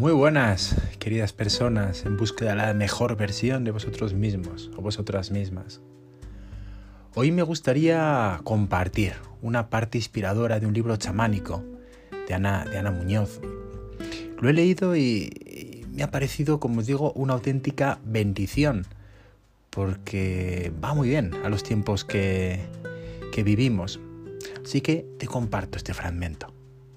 Muy buenas, queridas personas, en búsqueda de la mejor versión de vosotros mismos o vosotras mismas. Hoy me gustaría compartir una parte inspiradora de un libro chamánico de Ana Muñoz. Lo he leído y me ha parecido, como os digo, una auténtica bendición, porque va muy bien a los tiempos que vivimos. Así que te comparto este fragmento,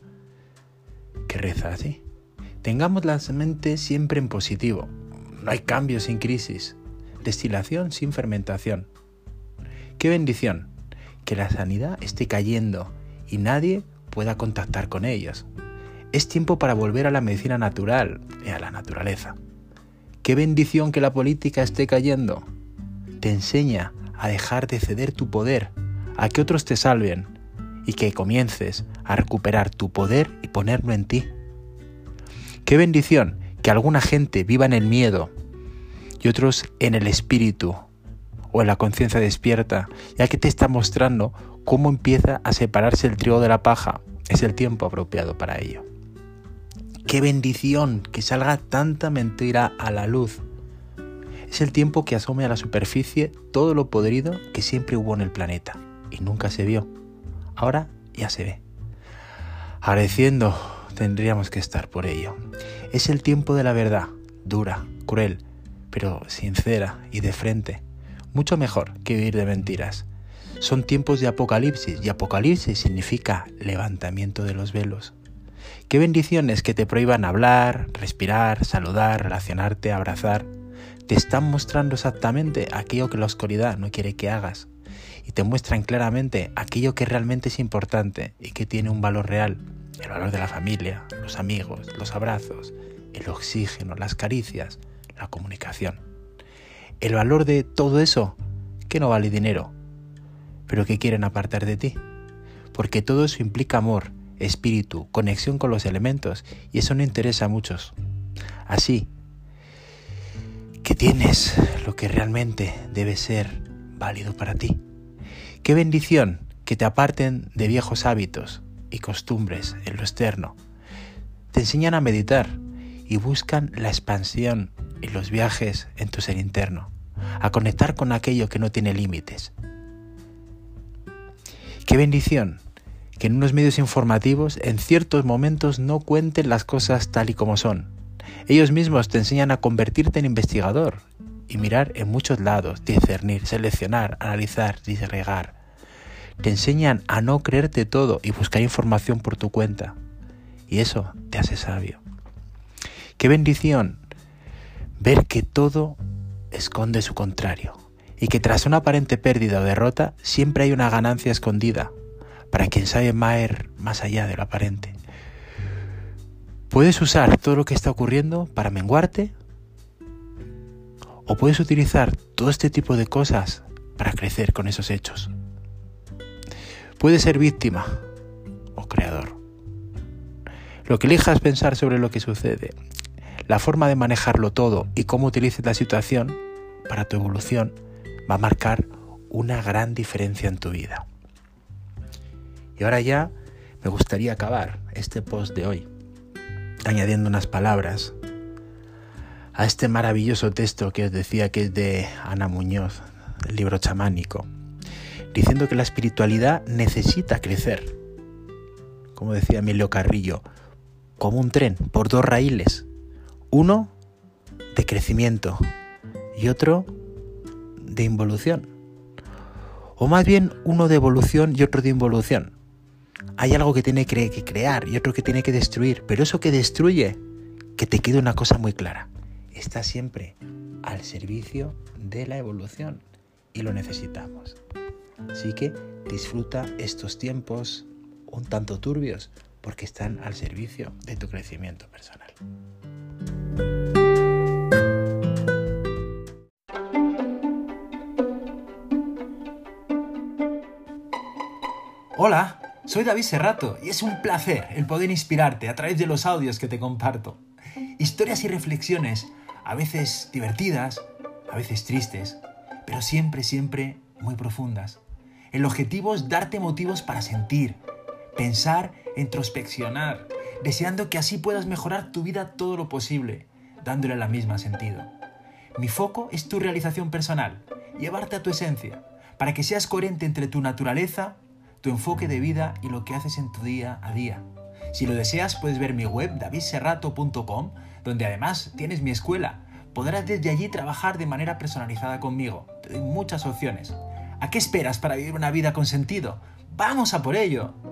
que reza así: tengamos la mente siempre en positivo. No hay cambio sin crisis, destilación sin fermentación. Qué bendición que la sanidad esté cayendo y nadie pueda contactar con ellos. Es tiempo para volver a la medicina natural y a la naturaleza. Qué bendición que la política esté cayendo. Te enseña a dejar de ceder tu poder, a que otros te salven y que comiences a recuperar tu poder y ponerlo en ti. Qué bendición que alguna gente viva en el miedo y otros en el espíritu o en la conciencia despierta, ya que te está mostrando cómo empieza a separarse el trigo de la paja. Es el tiempo apropiado para ello. Qué bendición que salga tanta mentira a la luz. Es el tiempo que asome a la superficie todo lo podrido que siempre hubo en el planeta y nunca se vio. Ahora ya se ve. Agradeciendo tendríamos que estar por ello. Es el tiempo de la verdad, dura, cruel, pero sincera y de frente. Mucho mejor que vivir de mentiras. Son tiempos de apocalipsis, y apocalipsis significa levantamiento de los velos. Qué bendiciones que te prohíban hablar, respirar, saludar, relacionarte, abrazar. Te están mostrando exactamente aquello que la oscuridad no quiere que hagas. Y te muestran claramente aquello que realmente es importante y que tiene un valor real. El valor de la familia, los amigos, los abrazos, el oxígeno, las caricias, la comunicación. El valor de todo eso que no vale dinero, pero que quieren apartar de ti. Porque todo eso implica amor, espíritu, conexión con los elementos, y eso no interesa a muchos. Así que tienes lo que realmente debe ser válido para ti. Qué bendición que te aparten de viejos hábitos y costumbres en lo externo. Te enseñan a meditar y buscan la expansión y los viajes en tu ser interno, a conectar con aquello que no tiene límites. Qué bendición que en unos medios informativos en ciertos momentos no cuenten las cosas tal y como son. Ellos mismos te enseñan a convertirte en investigador y mirar en muchos lados, discernir, seleccionar, analizar, disgregar. Te enseñan a no creerte todo y buscar información por tu cuenta. Y eso te hace sabio. Qué bendición ver que todo esconde su contrario y que tras una aparente pérdida o derrota siempre hay una ganancia escondida para quien sabe más allá de lo aparente. Puedes usar todo lo que está ocurriendo para menguarte, o puedes utilizar todo este tipo de cosas para crecer con esos hechos. Puedes ser víctima o creador. Lo que elijas pensar sobre lo que sucede, la forma de manejarlo todo y cómo utilices la situación para tu evolución va a marcar una gran diferencia en tu vida. Y ahora ya me gustaría acabar este post de hoy añadiendo unas palabras a este maravilloso texto que os decía que es de Ana Muñoz, el libro chamánico, diciendo que la espiritualidad necesita crecer, como decía Emilio Carrillo, como un tren por dos raíles, uno de crecimiento y otro de involución, o más bien uno de evolución y otro de involución. Hay algo que tiene que crear y otro que tiene que destruir, pero eso que destruye, que te quede una cosa muy clara: está siempre al servicio de la evolución y lo necesitamos. Así que disfruta estos tiempos un tanto turbios porque están al servicio de tu crecimiento personal. Hola, soy David Serrato y es un placer el poder inspirarte a través de los audios que te comparto. Historias y reflexiones, a veces divertidas, a veces tristes, pero siempre muy profundas. El objetivo es darte motivos para sentir, pensar e introspeccionar, deseando que así puedas mejorar tu vida todo lo posible, dándole la misma sentido. Mi foco es tu realización personal, llevarte a tu esencia, para que seas coherente entre tu naturaleza, tu enfoque de vida y lo que haces en tu día a día. Si lo deseas, puedes ver mi web davidserrato.com, donde además tienes mi escuela. Podrás desde allí trabajar de manera personalizada conmigo. Te doy muchas opciones. ¿A qué esperas para vivir una vida con sentido? ¡Vamos a por ello!